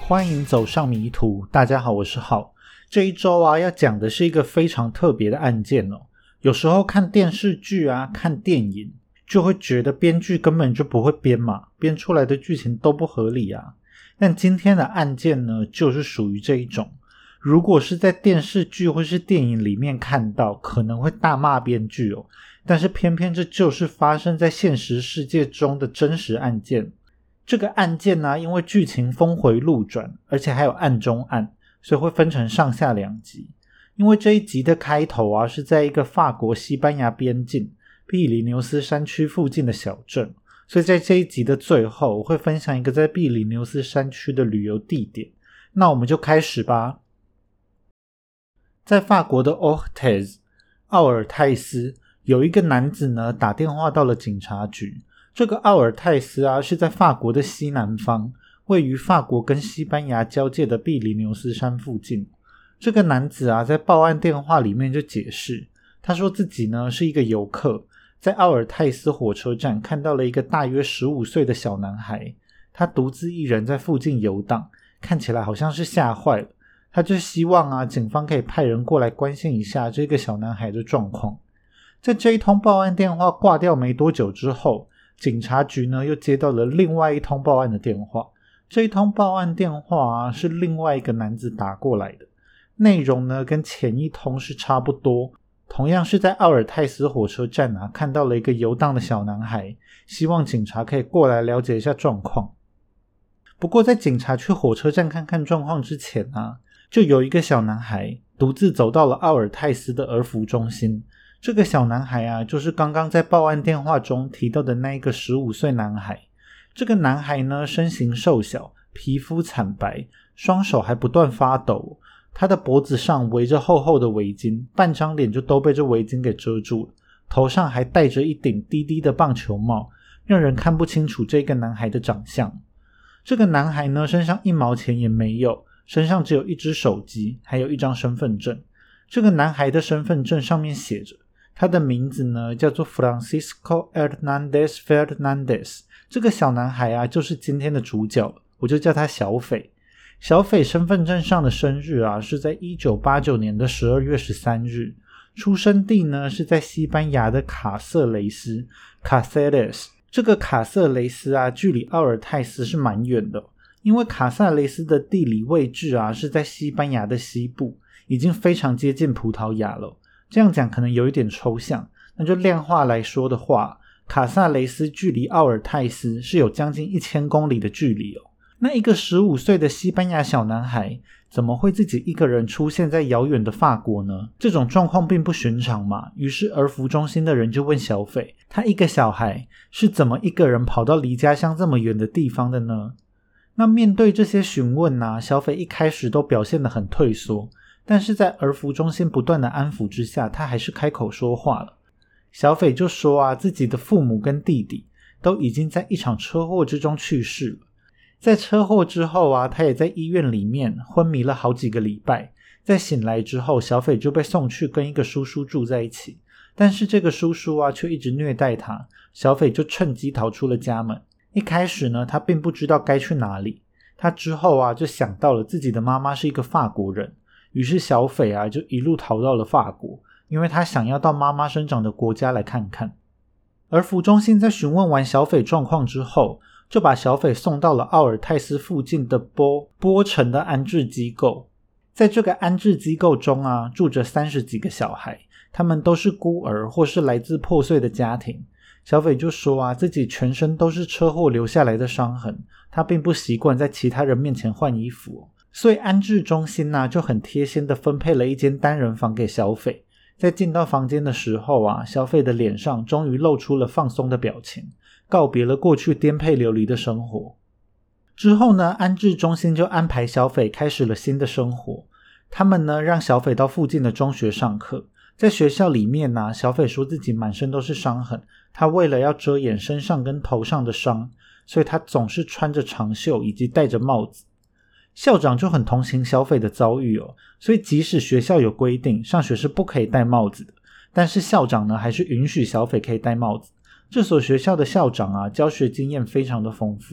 欢迎走上迷途，大家好，我是浩。这一周要讲的是一个非常特别的案件哦。有时候看电视剧看电影，就会觉得编剧根本就不会编嘛，编出来的剧情都不合理啊。但今天的案件呢，就是属于这一种。如果是在电视剧或是电影里面看到，可能会大骂编剧哦。但是偏偏这就是发生在现实世界中的真实案件。这个案件呢，因为剧情峰回路转，而且还有案中案，所以会分成上下两集。因为这一集的开头是在一个法国西班牙边境比利牛斯山区附近的小镇，所以在这一集的最后，我会分享一个在比利牛斯山区的旅游地点。那我们就开始吧。在法国的奥尔泰斯，有一个男子呢打电话到了警察局。这个奥尔泰斯是在法国的西南方，位于法国跟西班牙交界的比利牛斯山附近。这个男子在报案电话里面就解释，他说自己呢是一个游客，在奥尔泰斯火车站看到了一个大约15岁的小男孩，他独自一人在附近游荡，看起来好像是吓坏了。他就希望警方可以派人过来关心一下这个小男孩的状况。在这一通报案电话挂掉没多久之后，警察局呢又接到了另外一通报案的电话。这一通报案电话是另外一个男子打过来的，内容呢跟前一通是差不多，同样是在奥尔泰斯火车站看到了一个游荡的小男孩，希望警察可以过来了解一下状况。不过在警察去火车站看看状况之前就有一个小男孩独自走到了奥尔泰斯的儿福中心。这个小男孩就是刚刚在报案电话中提到的那一个15岁男孩。这个男孩呢身形瘦小，皮肤惨白，双手还不断发抖，他的脖子上围着厚厚的围巾，半张脸就都被这围巾给遮住了，头上还戴着一顶低低的棒球帽，让人看不清楚这个男孩的长相。这个男孩呢身上1毛钱也没有，身上只有一只手机，还有一张身份证。这个男孩的身份证上面写着，他的名字呢叫做 Francisco Hernández Fernández。 这个小男孩就是今天的主角了，我就叫他小斐。小斐身份证上的生日是在1989年的12月13日，出生地呢是在西班牙的卡瑟雷斯 Cáceres。 这个卡瑟雷斯距离奥尔泰斯是蛮远的，因为卡萨雷斯的地理位置是在西班牙的西部，已经非常接近葡萄牙了。这样讲可能有一点抽象，那就量化来说的话，卡萨雷斯距离奥尔泰斯是有将近1000公里的距离哦。那一个15岁的西班牙小男孩怎么会自己一个人出现在遥远的法国呢？这种状况并不寻常嘛。于是儿福中心的人就问小斐，他一个小孩是怎么一个人跑到离家乡这么远的地方的呢？那面对这些询问小斐一开始都表现得很退缩，但是在儿福中心不断的安抚之下，他还是开口说话了。小斐就说自己的父母跟弟弟都已经在一场车祸之中去世了。在车祸之后他也在医院里面昏迷了好几个礼拜。在醒来之后，小斐就被送去跟一个叔叔住在一起，但是这个叔叔却一直虐待他，小斐就趁机逃出了家门。一开始呢，他并不知道该去哪里，他之后就想到了自己的妈妈是一个法国人，于是小斐就一路逃到了法国，因为他想要到妈妈生长的国家来看看。而福中心在询问完小斐状况之后，就把小斐送到了奥尔泰斯附近的波城的安置机构。在这个安置机构中住着30几个小孩，他们都是孤儿或是来自破碎的家庭。小斐就说自己全身都是车祸留下来的伤痕，他并不习惯在其他人面前换衣服所以安置中心就很贴心的分配了一间单人房给小斐。在进到房间的时候小斐的脸上终于露出了放松的表情，告别了过去颠沛流离的生活。之后呢，安置中心就安排小斐开始了新的生活。他们呢让小斐到附近的中学上课。在学校里面小斐说自己满身都是伤痕，他为了要遮掩身上跟头上的伤，所以他总是穿着长袖以及戴着帽子。校长就很同情小斐的遭遇所以即使学校有规定上学是不可以戴帽子的，但是校长呢还是允许小斐可以戴帽子。这所学校的校长教学经验非常的丰富，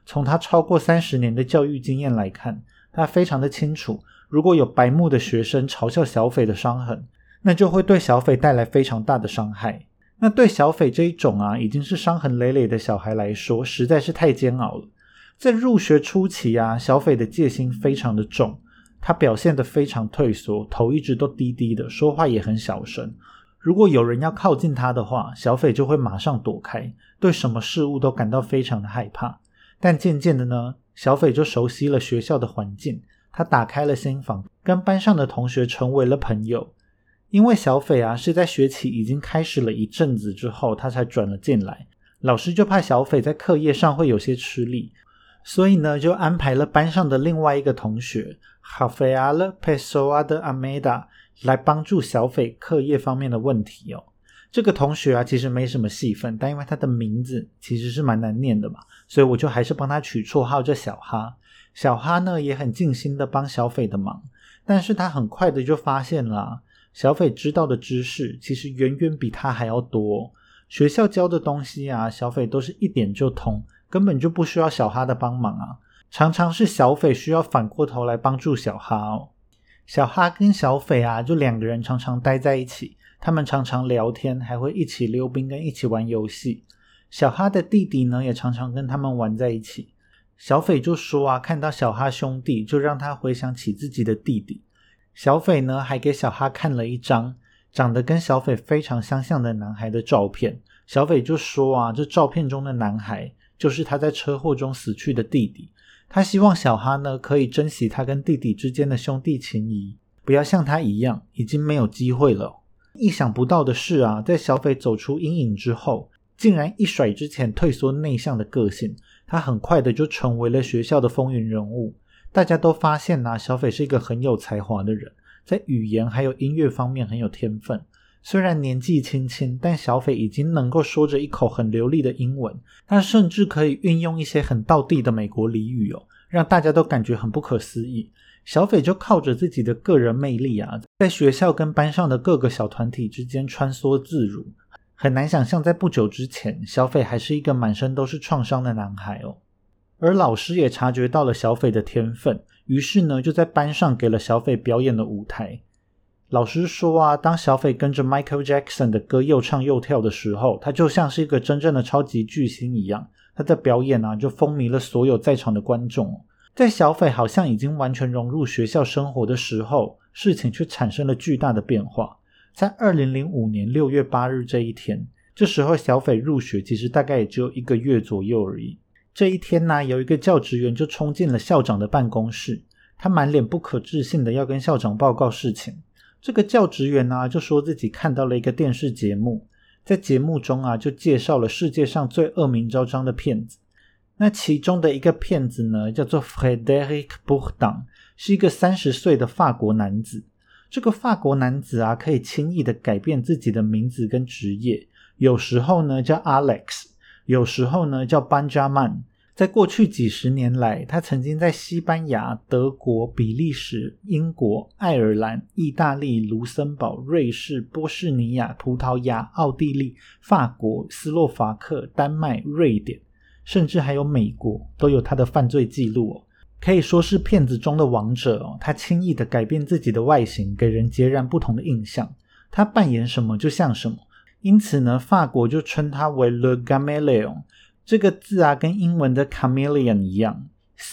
从他超过30年的教育经验来看，他非常的清楚，如果有白目的学生嘲笑小斐的伤痕，那就会对小斐带来非常大的伤害。那对小斐这一种已经是伤痕累累的小孩来说，实在是太煎熬了。在入学初期小斐的戒心非常的重，他表现得非常退缩，头一直都低低的，说话也很小声。如果有人要靠近他的话，小斐就会马上躲开，对什么事物都感到非常的害怕。但渐渐的呢，小斐就熟悉了学校的环境，他打开了心房，跟班上的同学成为了朋友。因为小斐是在学期已经开始了一阵子之后，他才转了进来，老师就怕小斐在课业上会有些吃力，所以呢，就安排了班上的另外一个同学 Rafael Pessoa de Almeida 来帮助小斐课业方面的问题哦。这个同学其实没什么戏份，但因为他的名字其实是蛮难念的嘛，所以我就还是帮他取绰号叫小哈。小哈呢也很尽心的帮小斐的忙，但是他很快的就发现了小斐知道的知识其实远远比他还要多。学校教的东西小斐都是一点就通，根本就不需要小哈的帮忙常常是小斐需要反过头来帮助小哈哦。小哈跟小斐就两个人常常待在一起，他们常常聊天，还会一起溜冰跟一起玩游戏。小哈的弟弟呢也常常跟他们玩在一起。小斐就说看到小哈兄弟就让他回想起自己的弟弟。小斐呢还给小哈看了一张长得跟小斐非常相像的男孩的照片。小斐就说这照片中的男孩就是他在车祸中死去的弟弟。他希望小哈呢可以珍惜他跟弟弟之间的兄弟情谊，不要像他一样已经没有机会了。意想不到的是在小斐走出阴影之后，竟然一甩之前退缩内向的个性，他很快的就成为了学校的风云人物。大家都发现小斐是一个很有才华的人，在语言还有音乐方面很有天分。虽然年纪轻轻，但小斐已经能够说着一口很流利的英文，他甚至可以运用一些很道地的美国俚语让大家都感觉很不可思议。小斐就靠着自己的个人魅力在学校跟班上的各个小团体之间穿梭自如。很难想象在不久之前，小斐还是一个满身都是创伤的男孩而老师也察觉到了小斐的天分，于是呢就在班上给了小斐表演的舞台。老师说当小斐跟着 Michael Jackson 的歌又唱又跳的时候，他就像是一个真正的超级巨星一样，他的表演就风靡了所有在场的观众在小斐好像已经完全融入学校生活的时候，事情却产生了巨大的变化。在2005年6月8日这一天，这时候小斐入学其实大概也只有1个月左右而已。这一天有一个教职员就冲进了校长的办公室，他满脸不可置信的要跟校长报告事情。这个教职员就说自己看到了一个电视节目，在节目中就介绍了世界上最恶名昭彰的骗子。那其中的一个骗子呢叫做 Frédéric Bourdin， 是一个30岁的法国男子。这个法国男子可以轻易的改变自己的名字跟职业，有时候呢叫 Alex， 有时候呢叫 Benjamin。在过去几十年来，他曾经在西班牙、德国、比利时、英国、爱尔兰、意大利、卢森堡、瑞士、波士尼亚、葡萄牙、奥地利、法国、斯洛伐克、丹麦、瑞典，甚至还有美国都有他的犯罪记录可以说是骗子中的王者他轻易的改变自己的外形，给人截然不同的印象，他扮演什么就像什么。因此呢，法国就称他为 Le Caméléon。这个字跟英文的 chameleon 一样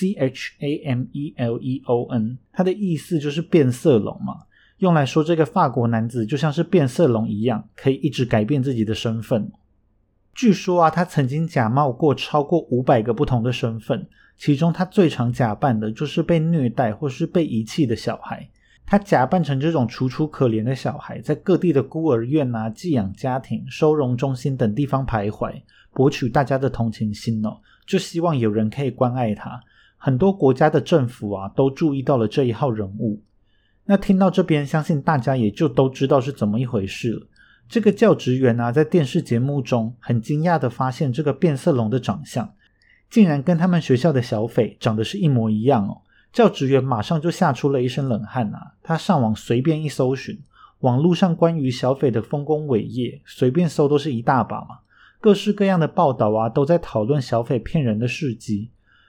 CHAMELEON， 它的意思就是变色龙嘛，用来说这个法国男子就像是变色龙一样，可以一直改变自己的身份。据说他曾经假冒过超过500个不同的身份，其中他最常假扮的就是被虐待或是被遗弃的小孩。他假扮成这种楚楚可怜的小孩，在各地的孤儿院寄养家庭、收容中心等地方徘徊，博取大家的同情心就希望有人可以关爱他。很多国家的政府都注意到了这一号人物。那听到这边，相信大家也就都知道是怎么一回事了。这个教职员在电视节目中很惊讶地发现，这个变色龙的长相竟然跟他们学校的小斐长得是一模一样教职员马上就吓出了一身冷汗他上网随便一搜寻，网络上关于小斐的丰功伟业随便搜都是一大把嘛，各式各样的报道都在讨论小斐骗人的事迹。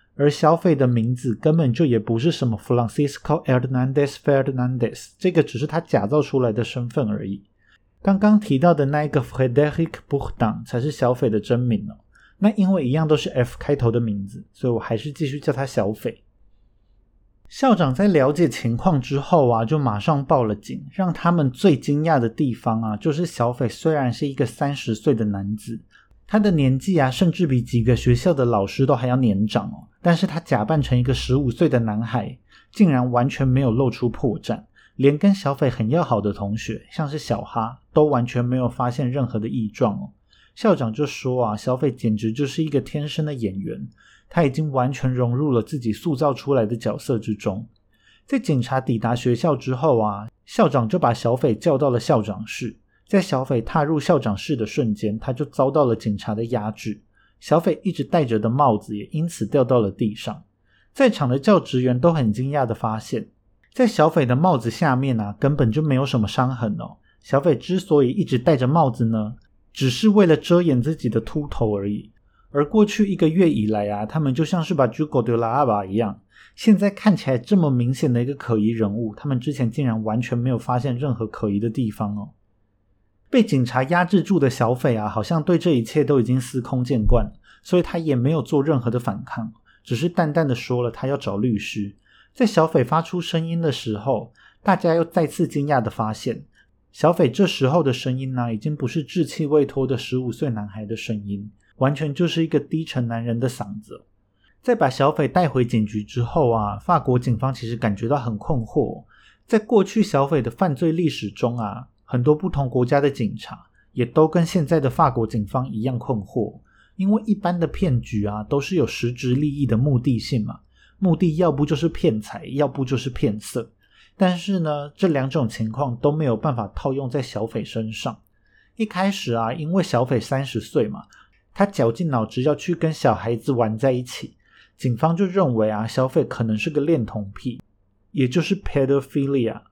而小斐的名字根本就也不是什么 Francisco Hernández Fernández， 这个只是他假造出来的身份而已。刚刚提到的那一个 Frédéric Bourdin 才是小斐的真名哦。那因为一样都是 F 开头的名字，所以我还是继续叫他小斐。校长在了解情况之后啊，就马上报了警。让他们最惊讶的地方啊，就是小斐虽然是一个30岁的男子，他的年纪啊，甚至比几个学校的老师都还要年长哦。但是他假扮成一个15岁的男孩，竟然完全没有露出破绽，连跟小斐很要好的同学，像是小哈，都完全没有发现任何的异状哦。校长就说啊，小斐简直就是一个天生的演员，他已经完全融入了自己塑造出来的角色之中。在警察抵达学校之后啊，校长就把小斐叫到了校长室。在小斐踏入校长室的瞬间，他就遭到了警察的压制。小斐一直戴着的帽子也因此掉到了地上。在场的教职员都很惊讶地发现，在小斐的帽子下面啊，根本就没有什么伤痕哦。小斐之所以一直戴着帽子呢，只是为了遮掩自己的秃头而已。而过去1个月以来啊，他们就像是把 Jugo de la Haba 一样，现在看起来这么明显的一个可疑人物，他们之前竟然完全没有发现任何可疑的地方哦。被警察压制住的小斐啊，好像对这一切都已经司空见惯，所以他也没有做任何的反抗，只是淡淡的说了他要找律师。在小斐发出声音的时候，大家又再次惊讶的发现，小斐这时候的声音呢，已经不是稚气未脱的15岁男孩的声音，完全就是一个低沉男人的嗓子。在把小斐带回警局之后啊，法国警方其实感觉到很困惑。在过去小斐的犯罪历史中啊，很多不同国家的警察也都跟现在的法国警方一样困惑，因为一般的骗局啊，都是有实质利益的目的性嘛，目的要不就是骗财，要不就是骗色。但是呢，这两种情况都没有办法套用在小斐身上。一开始啊，因为小斐30岁嘛，他绞尽脑汁要去跟小孩子玩在一起，警方就认为啊，小斐可能是个恋童癖，也就是 pedophilia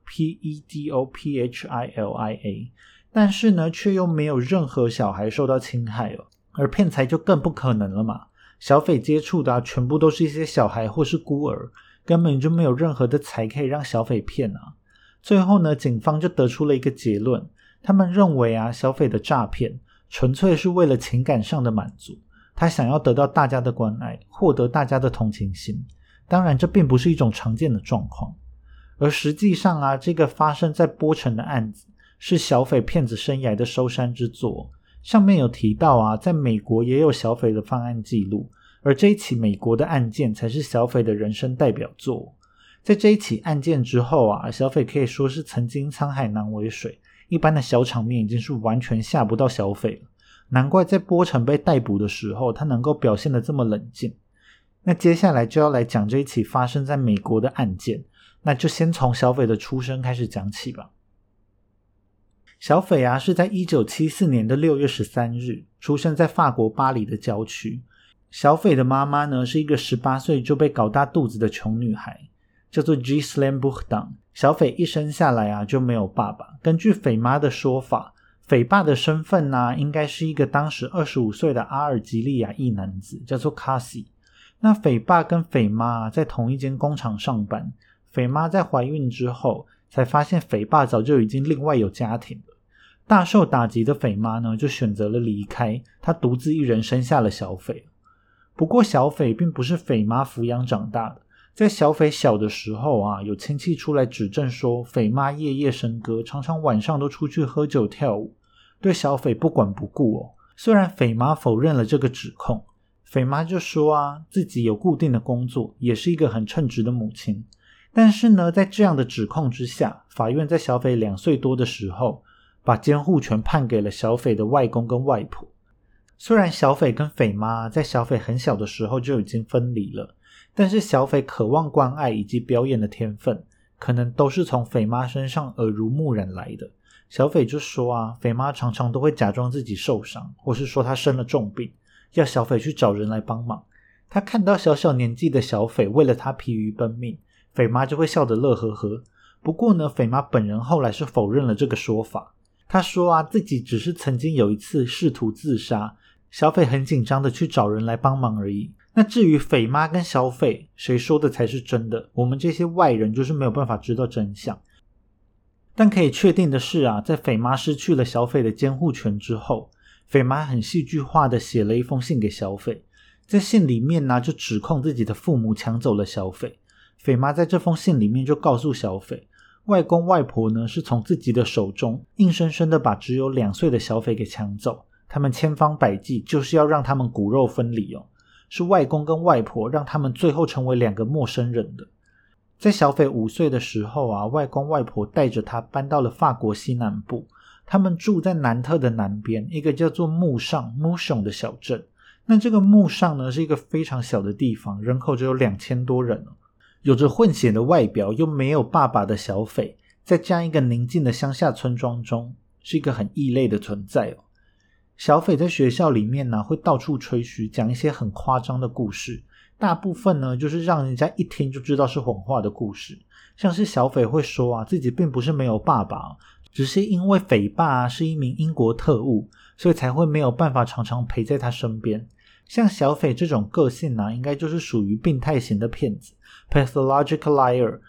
P-E-D-O-P-H-I-L-I-A， 但是呢，却又没有任何小孩受到侵害哦。而骗财就更不可能了嘛，小斐接触的全部都是一些小孩或是孤儿，根本就没有任何的财可以让小斐骗啊。最后呢，警方就得出了一个结论，他们认为啊，小斐的诈骗纯粹是为了情感上的满足，他想要得到大家的关爱，获得大家的同情心。当然这并不是一种常见的状况。而实际上啊，这个发生在波城的案子是小斐骗子生涯的收山之作。上面有提到啊，在美国也有小斐的犯案记录，而这一起美国的案件才是小斐的人生代表作。在这一起案件之后啊，小斐可以说是曾经沧海难为水，一般的小场面已经是完全吓不到小斐了。难怪在波城被逮捕的时候，他能够表现得这么冷静。那接下来就要来讲这一起发生在美国的案件，那就先从小斐的出生开始讲起吧。小斐啊，是在1974年的6月13日出生在法国巴黎的郊区。小斐的妈妈呢，是一个18岁就被搞大肚子的穷女孩，叫做 Ghislaine Bourdin。 小斐一生下来啊，就没有爸爸。根据斐妈的说法，斐爸的身份呢，应该是一个当时25岁的阿尔及利亚裔男子，叫做卡西。那斐爸跟斐妈在同一间工厂上班，斐妈在怀孕之后才发现斐爸早就已经另外有家庭了。大受打击的斐妈呢，就选择了离开，她独自一人生下了小斐。不过小斐并不是斐妈抚养长大的，在小斐小的时候啊，有亲戚出来指证说斐妈夜夜笙歌，常常晚上都出去喝酒跳舞，对小斐不管不顾哦。虽然斐妈否认了这个指控，斐妈就说啊，自己有固定的工作，也是一个很称职的母亲。但是呢，在这样的指控之下，法院在小斐2岁多的时候，把监护权判给了小斐的外公跟外婆。虽然小斐跟斐妈在小斐很小的时候就已经分离了，但是小斐渴望关爱以及表演的天分，可能都是从斐妈身上耳濡目染来的。小斐就说啊，斐妈常常都会假装自己受伤，或是说她生了重病，要小斐去找人来帮忙。她看到小小年纪的小斐为了她疲于奔命，斐妈就会笑得乐呵呵。不过呢，斐妈本人后来是否认了这个说法。她说啊，自己只是曾经有一次试图自杀，小斐很紧张的去找人来帮忙而已。 那至于匪妈跟小匪谁说的才是真的，我们这些外人就是没有办法知道真相。但可以确定的是啊，在匪妈失去了小匪的监护权之后，匪妈很戏剧化的写了一封信给小匪，在信里面呢就指控自己的父母抢走了小匪。匪妈在这封信里面就告诉小匪，外公外婆呢是从自己的手中硬生生的把只有2岁的小匪给抢走，他们千方百计就是要让他们骨肉分离哦，是外公跟外婆让他们最后成为2个陌生人的。在小匪5岁的时候啊，外公外婆带着他搬到了法国西南部，他们住在南特的南边一个叫做穆尚 Mouchon 的小镇。那这个穆尚呢是一个非常小的地方，人口只有2000多人哦。有着混血的外表又没有爸爸的小匪，在这样一个宁静的乡下村庄中是一个很异类的存在哦。小匪在学校里面呢会到处吹嘘，讲一些很夸张的故事，大部分呢就是让人家一听就知道是谎话的故事。像是小匪会说啊，自己并不是没有爸爸，只是因为匪爸是一名英国特务，所以才会没有办法常常陪在他身边。像小匪这种个性啊，应该就是属于病态型的骗子 Pathological Liar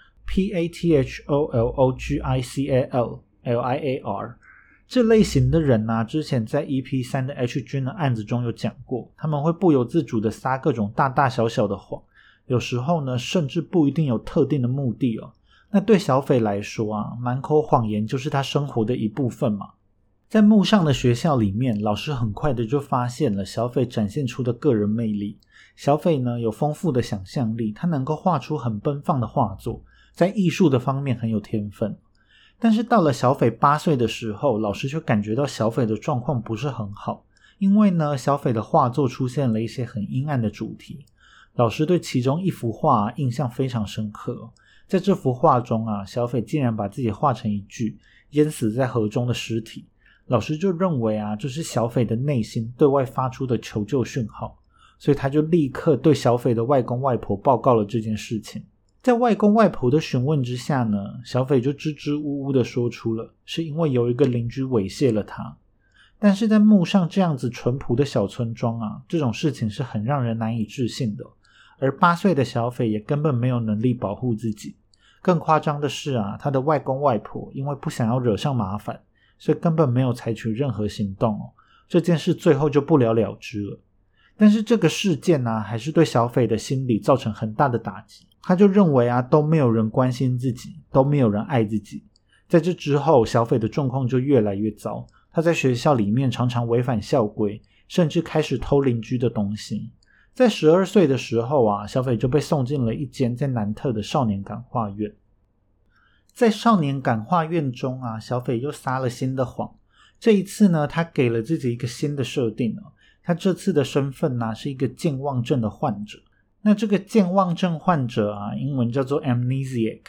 P-A-T-H-O-L-O-G-I-C-A-L-L-I-A-R。 这类型的人啊，之前在 EP3 的 H 君的案子中有讲过，他们会不由自主的撒各种大大小小的谎，有时候呢甚至不一定有特定的目的哦。那对小匪来说啊，满口谎言就是他生活的一部分嘛。在穆尚的学校里面，老师很快的就发现了小匪展现出的个人魅力。小匪呢有丰富的想象力，他能够画出很奔放的画作，在艺术的方面很有天分。但是到了小匪8岁的时候，老师就感觉到小匪的状况不是很好，因为呢小匪的画作出现了一些很阴暗的主题。老师对其中一幅画印象非常深刻在这幅画中啊，小匪竟然把自己画成一具淹死在河中的尸体。老师就认为啊，这是小匪的内心对外发出的求救讯号，所以他就立刻对小匪的外公外婆报告了这件事情。在外公外婆的询问之下呢，小匪就支支吾吾的说出了是因为有一个邻居猥亵了他。但是在穆尚这样子淳朴的小村庄啊，这种事情是很让人难以置信的，而8岁的小匪也根本没有能力保护自己。更夸张的是啊，他的外公外婆因为不想要惹上麻烦，所以根本没有采取任何行动哦。这件事最后就不了了之了。但是这个事件啊，还是对小匪的心理造成很大的打击。他就认为啊，都没有人关心自己，都没有人爱自己。在这之后，小匪的状况就越来越糟。他在学校里面常常违反校规，甚至开始偷邻居的东西。在12岁的时候啊，小匪就被送进了一间在南特的少年感化院。在少年感化院中啊，小匪又撒了新的谎。这一次呢，他给了自己一个新的设定哦。他这次的身份呢，是一个健忘症的患者。那这个健忘症患者啊，英文叫做 amnesiac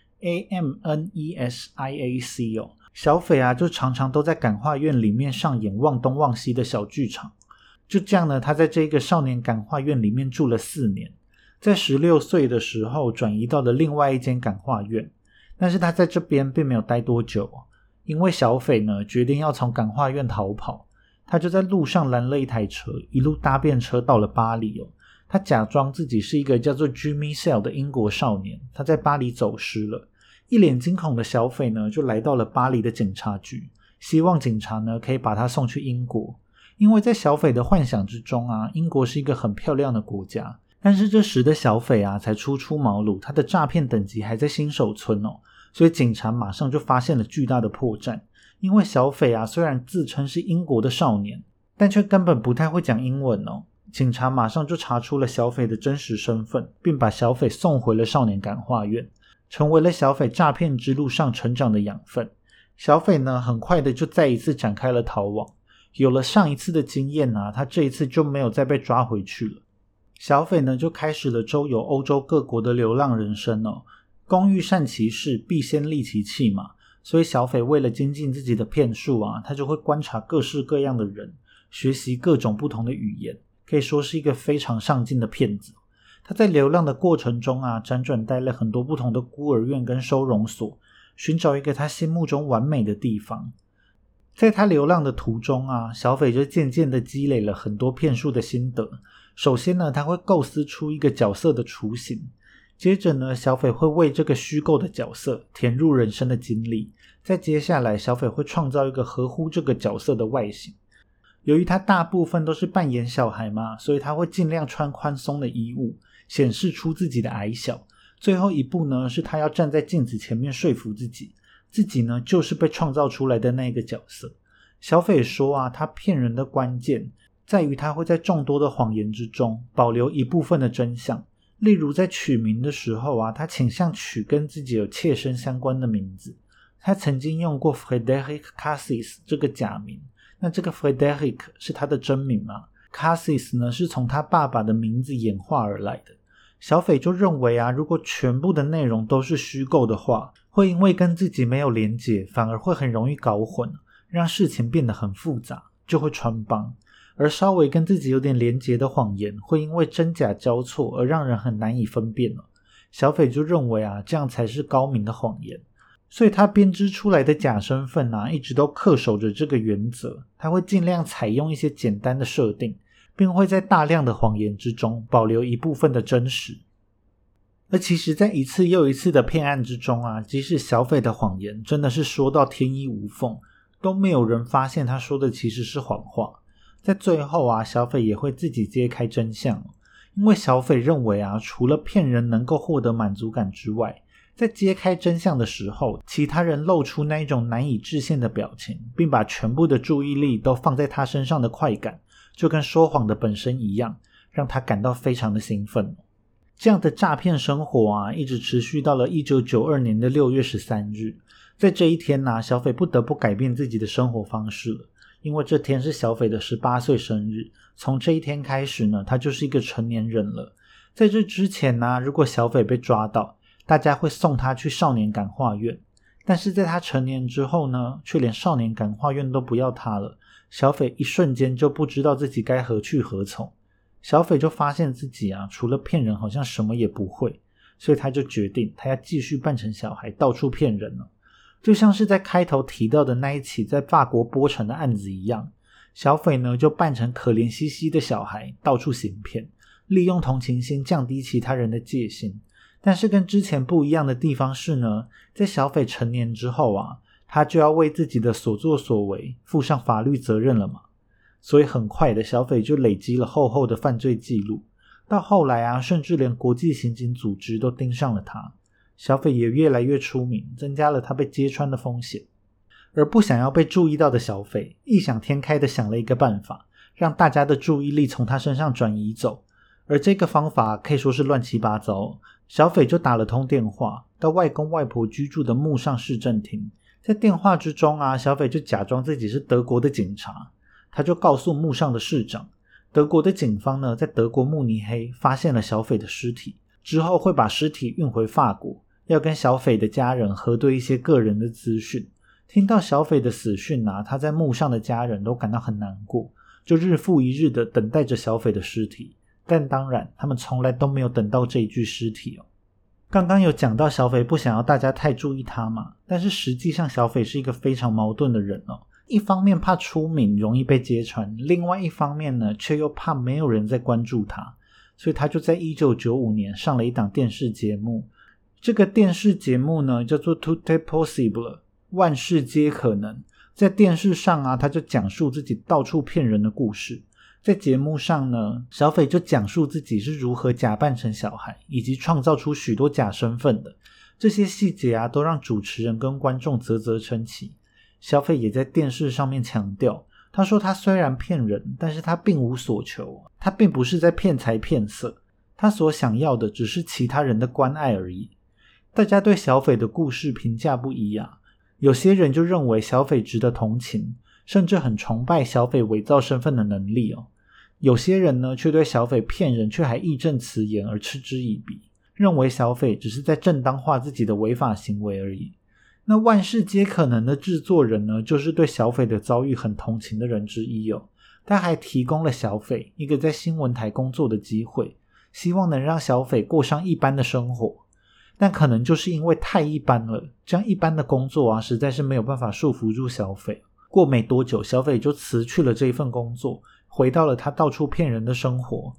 A-M-N-E-S-I-A-C 哦。小匪啊，就常常都在感化院里面上演忘东忘西的小剧场。就这样呢，他在这个少年感化院里面住了4年。在16岁的时候转移到了另外一间感化院。但是他在这边并没有待多久，因为小匪呢决定要从感化院逃跑，他就在路上拦了一台车，一路搭便车到了巴黎哦。他假装自己是一个叫做 Jimmy Sell 的英国少年，他在巴黎走失了。一脸惊恐的小匪呢就来到了巴黎的警察局，希望警察呢可以把他送去英国。因为在小匪的幻想之中啊，英国是一个很漂亮的国家。但是这时的小匪啊才初出茅庐，他的诈骗等级还在新手村哦，所以警察马上就发现了巨大的破绽。因为小匪啊虽然自称是英国的少年，但却根本不太会讲英文哦。警察马上就查出了小匪的真实身份，并把小匪送回了少年感化院，成为了小匪诈骗之路上成长的养分。小匪呢很快的就再一次展开了逃亡，有了上一次的经验啊，他这一次就没有再被抓回去了。小匪呢就开始了周游欧洲各国的流浪人生哦。工欲善其事，必先利其器嘛，所以小匪为了精进自己的骗术啊，他就会观察各式各样的人，学习各种不同的语言，可以说是一个非常上进的骗子。他在流浪的过程中啊，辗转待了很多不同的孤儿院跟收容所，寻找一个他心目中完美的地方。在他流浪的途中啊，小匪就渐渐的积累了很多骗术的心得， 首先呢，他会构思出一个角色的雏形，接着呢，小斐会为这个虚构的角色填入人生的经历，再接下来小斐会创造一个合乎这个角色的外形。由于他大部分都是扮演小孩嘛，所以他会尽量穿宽松的衣物，显示出自己的矮小。最后一步呢，是他要站在镜子前面说服自己呢就是被创造出来的那个角色。小斐说啊，他骗人的关键在于他会在众多的谎言之中保留一部分的真相。例如在取名的时候啊，他倾向取跟自己有切身相关的名字。他曾经用过 Frédéric Cassis 这个假名，那这个 Frédéric 是他的真名吗？ Cassis 呢是从他爸爸的名字演化而来的。小斐就认为啊，如果全部的内容都是虚构的话，会因为跟自己没有连结，反而会很容易搞混，让事情变得很复杂，就会穿帮。而稍微跟自己有点连结的谎言，会因为真假交错而让人很难以分辨了。小斐就认为啊，这样才是高明的谎言。所以他编织出来的假身份啊，一直都恪守着这个原则，他会尽量采用一些简单的设定，并会在大量的谎言之中保留一部分的真实。而其实在一次又一次的骗案之中啊，即使小斐的谎言真的是说到天衣无缝，都没有人发现他说的其实是谎话。在最后啊，小斐也会自己揭开真相，因为小斐认为啊，除了骗人能够获得满足感之外，在揭开真相的时候，其他人露出那一种难以置信的表情，并把全部的注意力都放在他身上的快感，就跟说谎的本身一样，让他感到非常的兴奋。这样的诈骗生活啊，一直持续到了1992年的6月13日。在这一天啊，小斐不得不改变自己的生活方式了，因为这天是小斐的18岁生日。从这一天开始呢，他就是一个成年人了。在这之前呢，如果小斐被抓到，大家会送他去少年感化院，但是在他成年之后呢，却连少年感化院都不要他了。小斐一瞬间就不知道自己该何去何从。小斐就发现自己啊，除了骗人好像什么也不会，所以他就决定他要继续扮成小孩到处骗人了。就像是在开头提到的那一起在法国波城的案子一样，小斐呢就扮成可怜兮兮的小孩到处行骗，利用同情心降低其他人的戒心。但是跟之前不一样的地方是呢，在小斐成年之后啊，他就要为自己的所作所为负上法律责任了嘛。所以很快的，小斐就累积了厚厚的犯罪记录，到后来啊，甚至连国际刑警组织都盯上了他。小斐也越来越出名，增加了他被揭穿的风险。而不想要被注意到的小斐，异想天开的想了一个办法，让大家的注意力从他身上转移走。而这个方法可以说是乱七八糟。小斐就打了通电话到外公外婆居住的木上市政厅，在电话之中啊，小斐就假装自己是德国的警察，他就告诉木上的市长，德国的警方呢，在德国慕尼黑发现了小斐的尸体，之后会把尸体运回法国，要跟小斐的家人核对一些个人的资讯。听到小斐的死讯啊，他在木上的家人都感到很难过，就日复一日的等待着小斐的尸体。但当然他们从来都没有等到这一具尸体哦。刚刚有讲到小斐不想要大家太注意他嘛，但是实际上小斐是一个非常矛盾的人哦。一方面怕出名容易被揭穿，另外一方面呢，却又怕没有人在关注他，所以他就在1995年上了一档电视节目。这个电视节目呢叫做 Tout est possible， 万事皆可能。在电视上啊，他就讲述自己到处骗人的故事。在节目上呢，小斐就讲述自己是如何假扮成小孩，以及创造出许多假身份的。这些细节啊，都让主持人跟观众啧啧称奇。小斐也在电视上面强调，他说他虽然骗人，但是他并无所求，他并不是在骗财骗色，他所想要的只是其他人的关爱而已。大家对小斐的故事评价不一啊，有些人就认为小斐值得同情，甚至很崇拜小斐伪造身份的能力哦。有些人呢，却对小斐骗人却还义正辞严而嗤之以鼻，认为小斐只是在正当化自己的违法行为而已。那万事皆可能的制作人呢，就是对小斐的遭遇很同情的人之一哦。他还提供了小斐一个在新闻台工作的机会，希望能让小斐过上一般的生活。但可能就是因为太一般了，这样一般的工作啊，实在是没有办法束缚住小斐。过没多久，小斐就辞去了这一份工作，回到了他到处骗人的生活。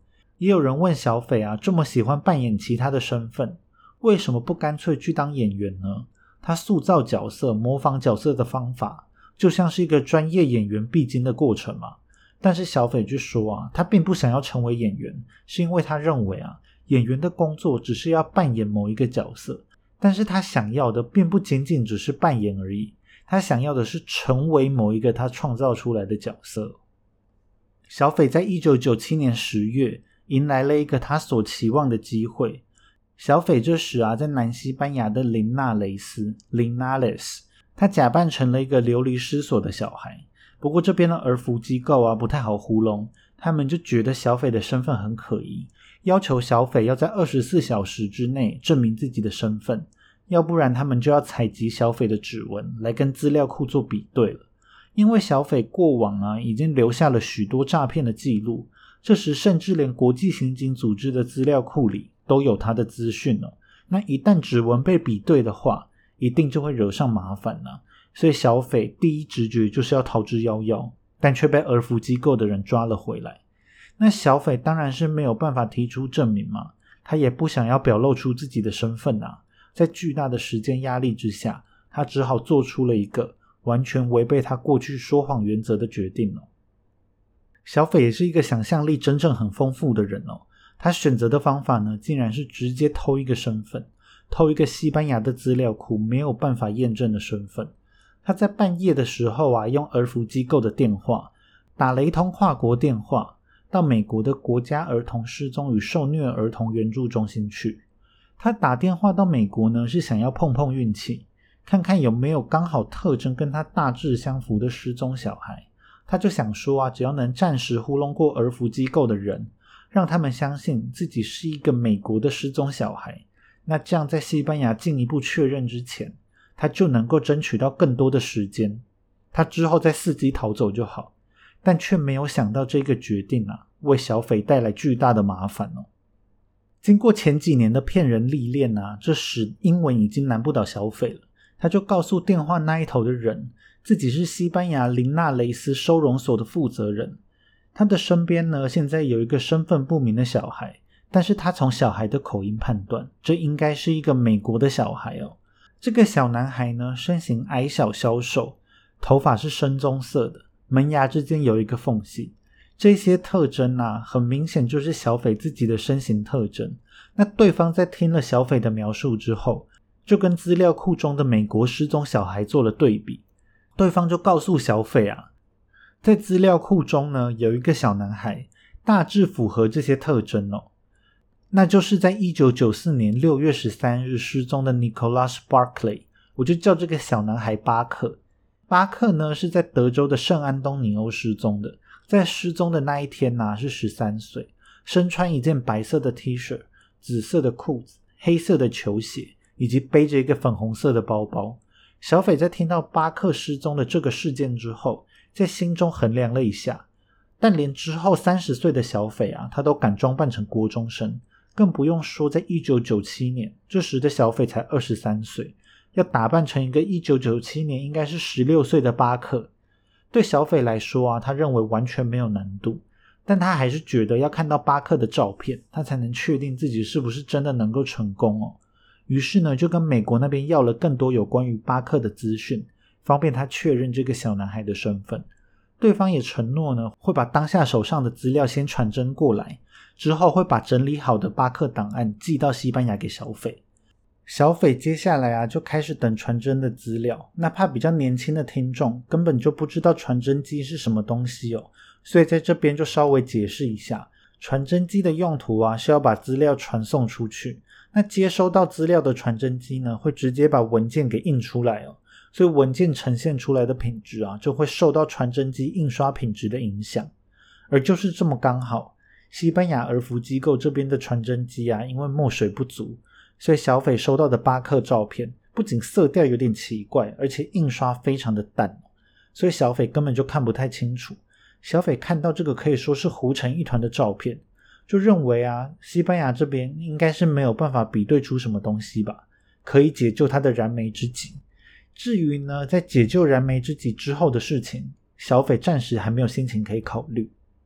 也有人问小斐啊，这么喜欢扮演其他的身份，为什么不干脆去当演员呢？他塑造角色、模仿角色的方法，就像是一个专业演员必经的过程嘛。但是小斐就说啊，他并不想要成为演员，是因为他认为啊，演员的工作只是要扮演某一个角色，但是他想要的并不仅仅只是扮演而已，他想要的是成为某一个他创造出来的角色。小斐在1997年10月迎来了一个他所期望的机会。小斐这时啊，在南西班牙的林纳雷斯 Linares， 他假扮成了一个流离失所的小孩。不过这边的儿福机构啊不太好糊弄，他们就觉得小斐的身份很可疑，要求小斐要在24小时之内证明自己的身份，要不然他们就要采集小斐的指纹来跟资料库做比对了。因为小斐过往啊已经留下了许多诈骗的记录，这时甚至连国际刑警组织的资料库里都有他的资讯了。那一旦指纹被比对的话，一定就会惹上麻烦了。所以小斐第一直觉就是要逃之夭夭，但却被儿福机构的人抓了回来。那小斐当然是没有办法提出证明嘛，他也不想要表露出自己的身份啊。在巨大的时间压力之下，他只好做出了一个完全违背他过去说谎原则的决定了。小斐也是一个想象力真正很丰富的人哦，他选择的方法呢，竟然是直接偷一个身份，偷一个西班牙的资料库没有办法验证的身份。他在半夜的时候啊，用儿福机构的电话打了一通跨国电话到美国的国家儿童失踪与受虐儿童援助中心去。他打电话到美国呢，是想要碰碰运气，看看有没有刚好特征跟他大致相符的失踪小孩。他就想说啊，只要能暂时糊弄过儿福机构的人，让他们相信自己是一个美国的失踪小孩，那这样在西班牙进一步确认之前，他就能够争取到更多的时间，他之后再伺机逃走就好。但却没有想到这个决定啊，为小斐带来巨大的麻烦哦。经过前几年的骗人历练啊，这时英文已经难不倒小斐了。他就告诉电话那一头的人，自己是西班牙林纳雷斯收容所的负责人。他的身边呢，现在有一个身份不明的小孩，但是他从小孩的口音判断，这应该是一个美国的小孩哦。这个小男孩呢，身形矮小消瘦，头发是深棕色的，门牙之间有一个缝隙。这些特征啊，很明显就是小斐自己的身形特征。那对方在听了小斐的描述之后，就跟资料库中的美国失踪小孩做了对比。对方就告诉小斐啊，在资料库中呢，有一个小男孩大致符合这些特征哦。那就是在1994年6月13日失踪的 Nicholas Barclay， 我就叫这个小男孩巴克。巴克呢是在德州的圣安东尼欧失踪的，在失踪的那一天啊，是13岁，身穿一件白色的 T 恤、紫色的裤子、黑色的球鞋，以及背着一个粉红色的包包。小斐在听到巴克失踪的这个事件之后，在心中衡量了一下，但连之后30岁的小斐啊，他都敢装扮成国中生，更不用说在1997年，这时的小斐才23岁，要打扮成一个1997年应该是16岁的巴克。对小斐来说啊，他认为完全没有难度，但他还是觉得要看到巴克的照片，他才能确定自己是不是真的能够成功哦。于是呢，就跟美国那边要了更多有关于巴克的资讯，方便他确认这个小男孩的身份。对方也承诺呢，会把当下手上的资料先传真过来，之后会把整理好的巴克档案寄到西班牙给小斐。小斐接下来啊，就开始等传真的资料。那怕比较年轻的听众根本就不知道传真机是什么东西哦，所以在这边就稍微解释一下。传真机的用途啊，是要把资料传送出去。那接收到资料的传真机呢，会直接把文件给印出来哦，所以文件呈现出来的品质啊，就会受到传真机印刷品质的影响。而就是这么刚好，西班牙儿福机构这边的传真机啊，因为墨水不足，所以小斐收到的巴克照片不仅色调有点奇怪，而且印刷非常的淡，所以小斐根本就看不太清楚。小斐看到这个可以说是糊成一团的照片，就认为啊，西班牙这边应该是没有办法比对出什么东西吧，可以解救他的燃眉之急。至于呢，在解救燃眉之急之后的事情，小斐暂时还没有心情可以考虑。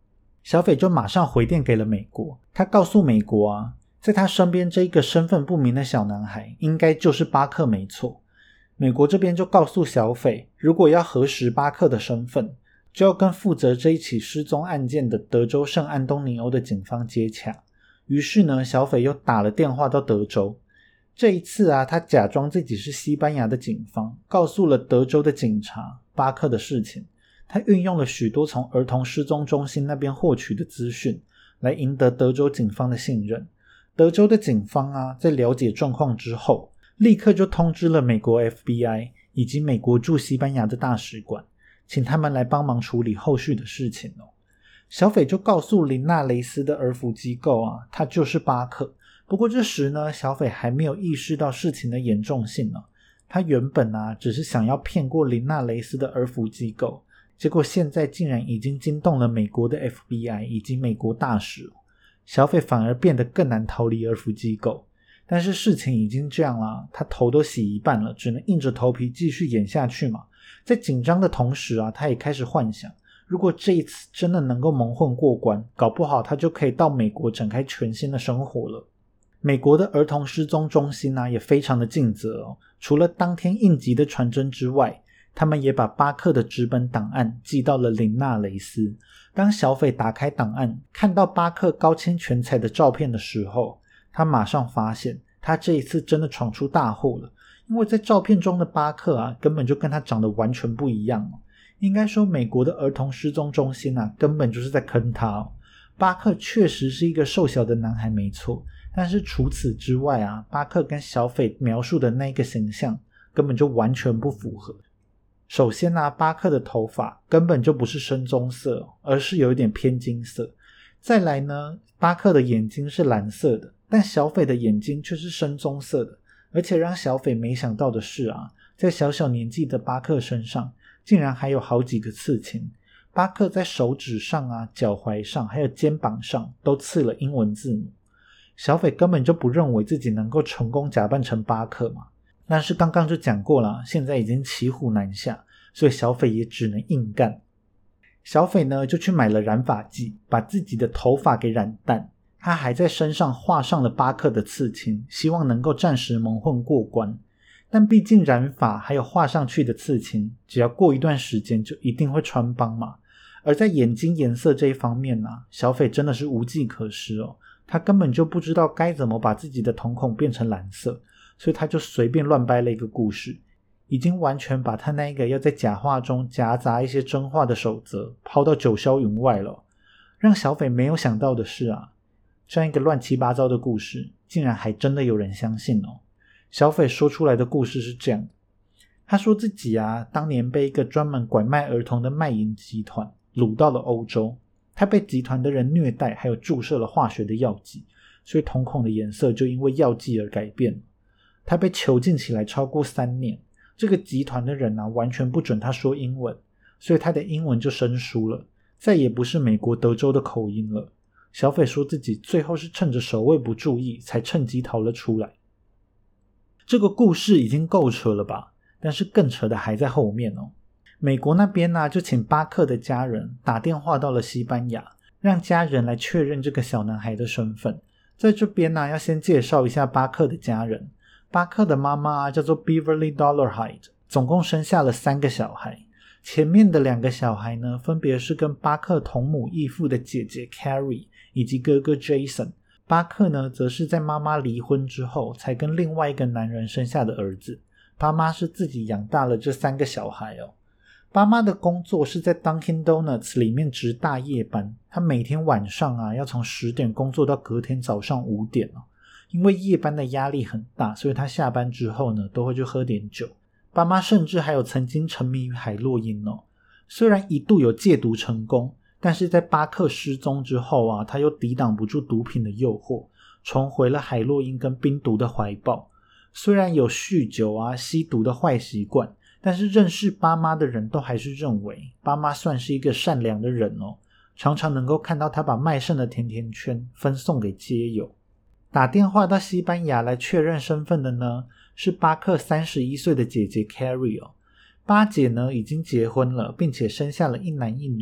小斐就马上回电给了美国，他告诉美国啊，在他身边这一个身份不明的小男孩应该就是巴克没错。美国这边就告诉小斐，如果要核实巴克的身份，就要跟负责这一起失踪案件的德州圣安东尼欧的警方接洽。于是呢，小斐又打了电话到德州。这一次啊，他假装自己是西班牙的警方，告诉了德州的警察巴克的事情。他运用了许多从儿童失踪中心那边获取的资讯，来赢得德州警方的信任。德州的警方啊，在了解状况之后，立刻就通知了美国 FBI 以及美国驻西班牙的大使馆，请他们来帮忙处理后续的事情哦。小斐就告诉琳娜雷斯的儿福机构啊，他就是巴克。不过这时呢，小斐还没有意识到事情的严重性呢。他原本啊，只是想要骗过琳娜雷斯的儿福机构，结果现在竟然已经惊动了美国的 FBI 以及美国大使，小斐反而变得更难逃离儿福机构。但是事情已经这样了，他头都洗一半了，只能硬着头皮继续演下去嘛。在紧张的同时啊，他也开始幻想，如果这一次真的能够蒙混过关，搞不好他就可以到美国展开全新的生活了。美国的儿童失踪中心啊，也非常的尽责哦。除了当天应急的传真之外，他们也把巴克的纸本档案寄到了琳娜雷斯。当小斐打开档案，看到巴克高清全彩的照片的时候，他马上发现他这一次真的闯出大祸了。因为在照片中的巴克啊，根本就跟他长得完全不一样哦。应该说美国的儿童失踪中心啊，根本就是在坑他哦。巴克确实是一个瘦小的男孩没错，但是除此之外啊，巴克跟小斐描述的那个形象根本就完全不符合。首先啊，巴克的头发根本就不是深棕色，而是有一点偏金色。再来呢，巴克的眼睛是蓝色的，但小斐的眼睛却是深棕色的。而且让小斐没想到的是啊，在小小年纪的巴克身上竟然还有好几个刺青。巴克在手指上啊、脚踝上还有肩膀上都刺了英文字母。小斐根本就不认为自己能够成功假扮成巴克嘛。但是刚刚就讲过了，现在已经骑虎难下，所以小斐也只能硬干。小斐呢就去买了染发剂，把自己的头发给染淡。他还在身上画上了巴克的刺青，希望能够暂时蒙混过关。但毕竟染发还有画上去的刺青，只要过一段时间就一定会穿帮嘛。而在眼睛颜色这一方面啊，小斐真的是无计可施哦。他根本就不知道该怎么把自己的瞳孔变成蓝色，所以他就随便乱掰了一个故事，已经完全把他那个要在假话中夹杂一些真话的守则抛到九霄云外了。让小斐没有想到的是啊，这样一个乱七八糟的故事竟然还真的有人相信哦。小斐说出来的故事是这样的，他说自己啊，当年被一个专门拐卖儿童的卖淫集团掳到了欧洲，他被集团的人虐待，还有注射了化学的药剂，所以瞳孔的颜色就因为药剂而改变了。他被囚禁起来超过3年，这个集团的人啊，完全不准他说英文，所以他的英文就生疏了，再也不是美国德州的口音了。小斐说自己最后是趁着守卫不注意，才趁机逃了出来。这个故事已经够扯了吧？但是更扯的还在后面哦。美国那边呢，就请巴克的家人打电话到了西班牙，让家人来确认这个小男孩的身份。在这边呢，要先介绍一下巴克的家人。巴克的妈妈叫做 Beverly Dollarhide， 总共生下了3个小孩。前面的2个小孩呢，分别是跟巴克同母异父的姐姐 Carrie 以及哥哥 Jason。巴克呢，则是在妈妈离婚之后才跟另外一个男人生下的儿子。爸妈是自己养大了这3个小孩哦。爸妈的工作是在 Dunkin Donuts 里面值大夜班，他每天晚上啊要从10点工作到隔天早上5点哦。因为夜班的压力很大，所以他下班之后呢都会去喝点酒。爸妈甚至还有曾经沉迷于海洛因哦。虽然一度有戒毒成功，但是在巴克失踪之后啊，他又抵挡不住毒品的诱惑，重回了海洛因跟冰毒的怀抱。虽然有酗酒啊、吸毒的坏习惯，但是认识爸妈的人都还是认为爸妈算是一个善良的人哦，常常能够看到他把卖剩的甜甜圈分送给街友。打电话到西班牙来确认身份的呢，是巴克31岁的姐姐 Carrie 哦。巴姐呢已经结婚了，并且生下了1男1女。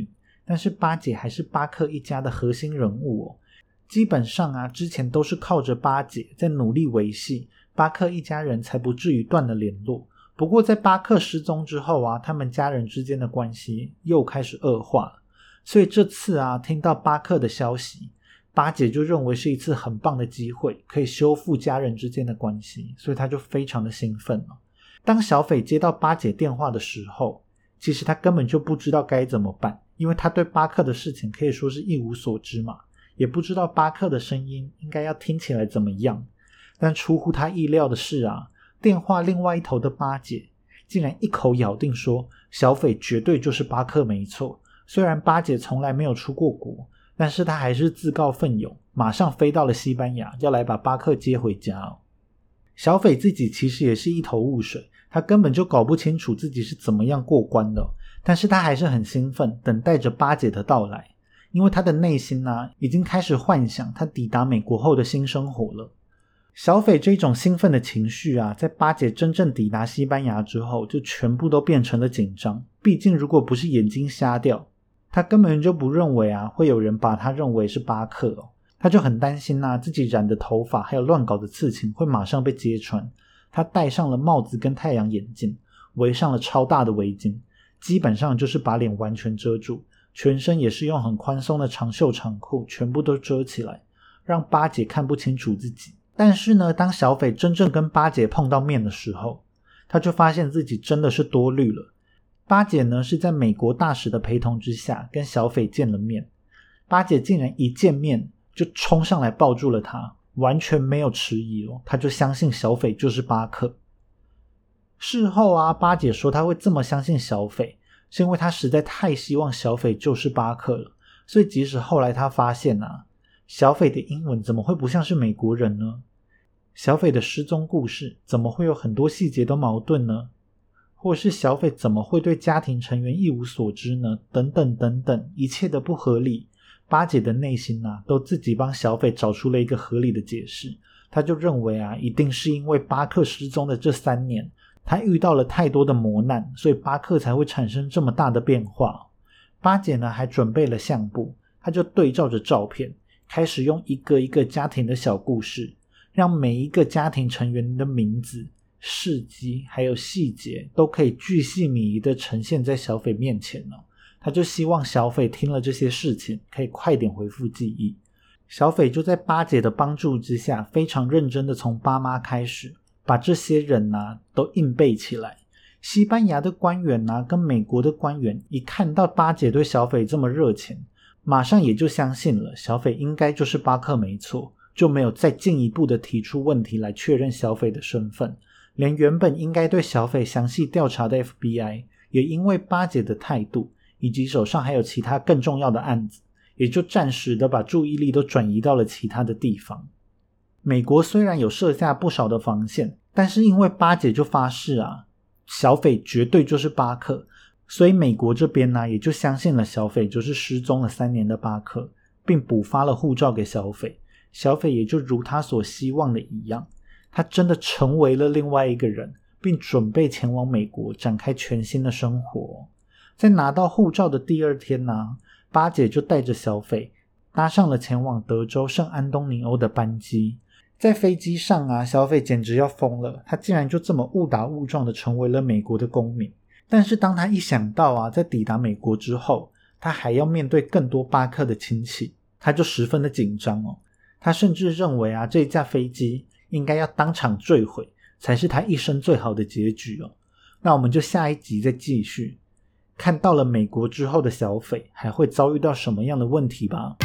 但是巴姐还是巴克一家的核心人物哦。基本上啊，之前都是靠着巴姐在努力维系，巴克一家人才不至于断了联络。不过在巴克失踪之后啊，他们家人之间的关系又开始恶化了。所以这次啊，听到巴克的消息，巴姐就认为是一次很棒的机会，可以修复家人之间的关系，所以她就非常的兴奋了。当小斐接到巴姐电话的时候，其实她根本就不知道该怎么办，因为她对巴克的事情可以说是一无所知嘛，也不知道巴克的声音应该要听起来怎么样。但出乎她意料的是啊，电话另外一头的巴姐竟然一口咬定说小斐绝对就是巴克没错。虽然巴姐从来没有出过国，但是她还是自告奋勇，马上飞到了西班牙，要来把巴克接回家哦。小斐自己其实也是一头雾水，他根本就搞不清楚自己是怎么样过关的，但是他还是很兴奋，等待着巴姐的到来，因为他的内心啊，已经开始幻想他抵达美国后的新生活了。小斐这种兴奋的情绪啊，在巴姐真正抵达西班牙之后，就全部都变成了紧张。毕竟如果不是眼睛瞎掉，他根本就不认为啊，会有人把他认为是巴克哦。他就很担心啊，自己染的头发还有乱搞的刺青会马上被揭穿。他戴上了帽子跟太阳眼镜，围上了超大的围巾，基本上就是把脸完全遮住，全身也是用很宽松的长袖长裤全部都遮起来，让巴姐看不清楚自己。但是呢，当小斐真正跟巴姐碰到面的时候，他就发现自己真的是多虑了。巴姐呢是在美国大使的陪同之下跟小斐见了面，巴姐竟然一见面就冲上来抱住了他，完全没有迟疑哦，他就相信小斐就是巴克。事后啊，巴姐说他会这么相信小斐，是因为他实在太希望小斐就是巴克了，所以即使后来他发现啊，小斐的英文怎么会不像是美国人呢？小斐的失踪故事怎么会有很多细节都矛盾呢？或是小斐怎么会对家庭成员一无所知呢？等等等等，一切的不合理，巴姐的内心啊，都自己帮小斐找出了一个合理的解释。他就认为啊，一定是因为巴克失踪的这3年，他遇到了太多的磨难，所以巴克才会产生这么大的变化。巴姐呢还准备了相簿，他就对照着照片，开始用一个一个家庭的小故事，让每一个家庭成员的名字、事迹还有细节都可以巨细靡遗地呈现在小斐面前哦。他就希望小斐听了这些事情可以快点恢复记忆。小斐就在巴姐的帮助之下，非常认真地从爸妈开始，把这些人啊都硬背起来。西班牙的官员啊跟美国的官员一看到巴姐对小斐这么热情，马上也就相信了小斐应该就是巴克没错，就没有再进一步的提出问题来确认小斐的身份。连原本应该对小斐详细调查的 FBI 也因为巴姐的态度以及手上还有其他更重要的案子，也就暂时的把注意力都转移到了其他的地方。美国虽然有设下不少的防线，但是因为巴姐就发誓啊，小斐绝对就是巴克，所以美国这边呢，也就相信了小斐就是失踪了3年的巴克，并补发了护照给小斐。小斐也就如他所希望的一样，他真的成为了另外一个人，并准备前往美国展开全新的生活。在拿到护照的第2天呢，巴姐就带着小斐搭上了前往德州圣安东尼欧的班机。在飞机上啊，小斐简直要疯了，他竟然就这么误打误撞的成为了美国的公民。但是当他一想到啊，在抵达美国之后，他还要面对更多巴克的亲戚，他就十分的紧张哦。他甚至认为啊，这架飞机应该要当场坠毁，才是他一生最好的结局哦。那我们就下一集再继续，看到了美国之后的小斐还会遭遇到什么样的问题吧。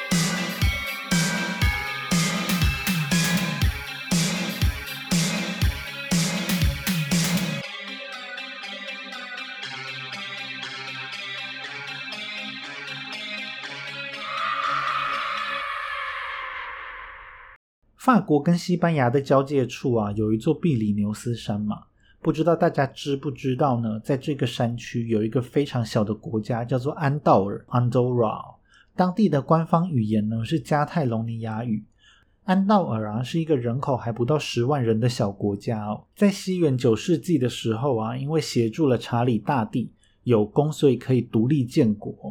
法国跟西班牙的交界处啊，有一座比利牛斯山嘛，不知道大家知不知道呢？在这个山区有一个非常小的国家叫做安道尔 Andorra， 当地的官方语言呢是加泰隆尼亚语。安道尔啊是一个人口还不到10万人的小国家哦。在西元9世纪的时候啊，因为协助了查理大帝有功，所以可以独立建国。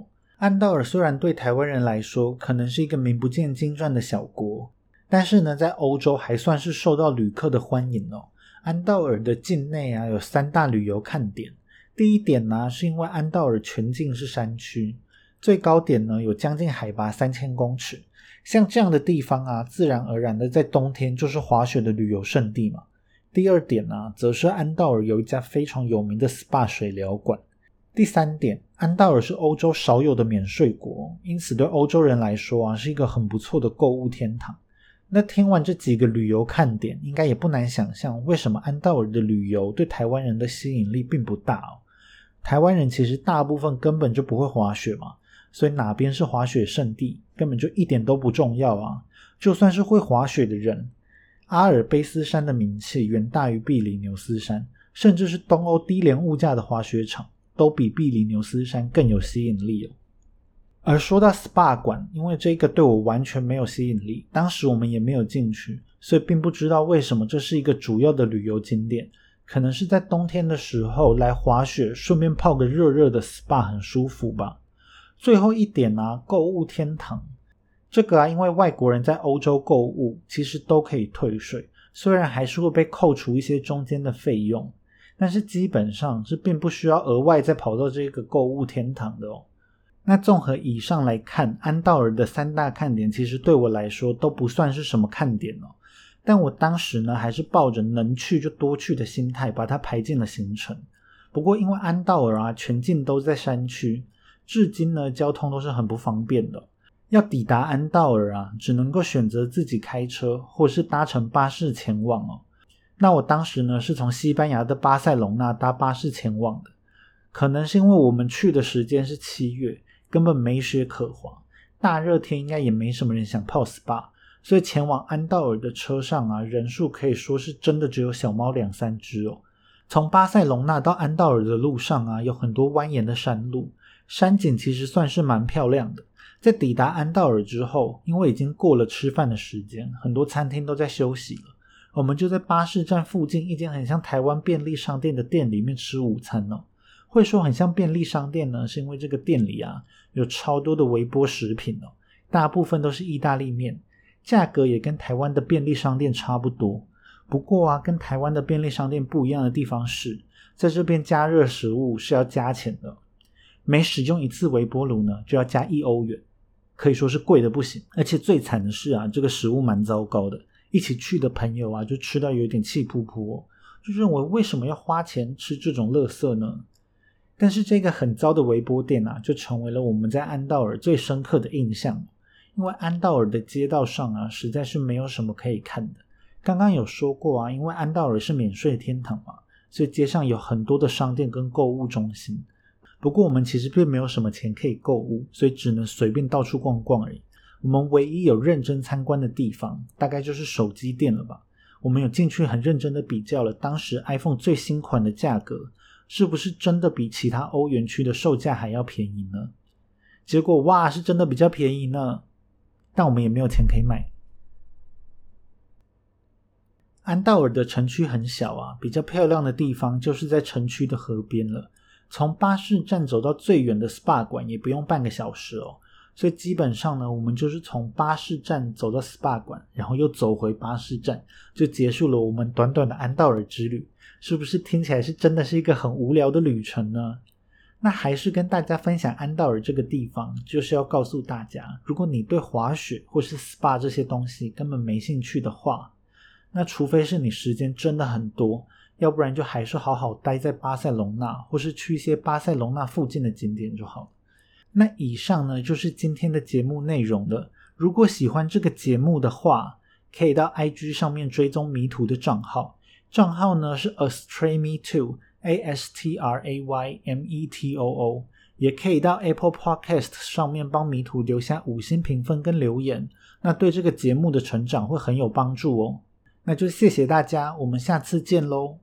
安道尔虽然对台湾人来说可能是一个名不见经传的小国，但是呢，在欧洲还算是受到旅客的欢迎哦。安道尔的境内啊有3大旅游看点。第一点呢，是因为安道尔全境是山区，最高点呢有将近海拔3000公尺。像这样的地方啊，自然而然的在冬天就是滑雪的旅游胜地嘛。第二点呢，则是安道尔有一家非常有名的 SPA 水疗馆。第三点，安道尔是欧洲少有的免税国，因此对欧洲人来说啊，是一个很不错的购物天堂。那听完这几个旅游看点，应该也不难想象为什么安道尔的旅游对台湾人的吸引力并不大哦。台湾人其实大部分根本就不会滑雪嘛，所以哪边是滑雪胜地根本就一点都不重要啊。就算是会滑雪的人，阿尔卑斯山的名气远大于比利牛斯山，甚至是东欧低廉物价的滑雪场都比比利牛斯山更有吸引力哦。而说到 SPA 馆，因为这个对我完全没有吸引力，当时我们也没有进去，所以并不知道为什么这是一个主要的旅游景点。可能是在冬天的时候来滑雪，顺便泡个热热的 SPA 很舒服吧。最后一点啊，购物天堂。这个啊，因为外国人在欧洲购物其实都可以退税，虽然还是会被扣除一些中间的费用，但是基本上是并不需要额外再跑到这个购物天堂的哦。那综合以上来看，安道尔的3大看点其实对我来说都不算是什么看点哦。但我当时呢，还是抱着能去就多去的心态把它排进了行程。不过因为安道尔啊全境都在山区，至今呢交通都是很不方便的。要抵达安道尔啊，只能够选择自己开车或是搭乘巴士前往哦。那我当时呢是从西班牙的巴塞隆纳搭巴士前往的。可能是因为我们去的时间是7月，根本没雪可滑，大热天应该也没什么人想泡 SPA， 所以前往安道尔的车上啊，人数可以说是真的只有小猫2-3只哦。从巴塞隆纳到安道尔的路上啊，有很多蜿蜒的山路，山景其实算是蛮漂亮的。在抵达安道尔之后，因为已经过了吃饭的时间，很多餐厅都在休息了，我们就在巴士站附近一间很像台湾便利商店的店里面吃午餐哦。会说很像便利商店呢，是因为这个店里啊有超多的微波食品哦，大部分都是意大利面，价格也跟台湾的便利商店差不多。不过啊，跟台湾的便利商店不一样的地方是，在这边加热食物是要加钱的，每使用一次微波炉呢就要加1欧元，可以说是贵的不行。而且最惨的是啊，这个食物蛮糟糕的，一起去的朋友啊就吃到有点气噗噗哦，就认为为什么要花钱吃这种垃圾呢？但是这个很糟的微波店啊，就成为了我们在安道尔最深刻的印象。因为安道尔的街道上啊，实在是没有什么可以看的。刚刚有说过啊，因为安道尔是免税天堂嘛，所以街上有很多的商店跟购物中心。不过我们其实并没有什么钱可以购物，所以只能随便到处逛逛而已。我们唯一有认真参观的地方，大概就是手机店了吧。我们有进去很认真的比较了当时 iPhone 最新款的价格，是不是真的比其他欧元区的售价还要便宜呢？结果哇，是真的比较便宜呢，但我们也没有钱可以买。安道尔的城区很小啊，比较漂亮的地方就是在城区的河边了。从巴士站走到最远的 SPA 馆也不用半个小时哦，所以基本上呢，我们就是从巴士站走到 SPA 馆，然后又走回巴士站，就结束了我们短短的安道尔之旅。是不是听起来是真的是一个很无聊的旅程呢？那还是跟大家分享安道尔这个地方，就是要告诉大家，如果你对滑雪或是 SPA 这些东西根本没兴趣的话，那除非是你时间真的很多，要不然就还是好好待在巴塞隆纳，或是去一些巴塞隆纳附近的景点就好了。那以上呢就是今天的节目内容了。如果喜欢这个节目的话，可以到 IG 上面追踪迷途的账号，账号呢是 AstrayMeToo ASTRAYMETOO， 也可以到 Apple Podcast 上面帮迷途留下5星评分跟留言，那对这个节目的成长会很有帮助哦。那就谢谢大家，我们下次见咯。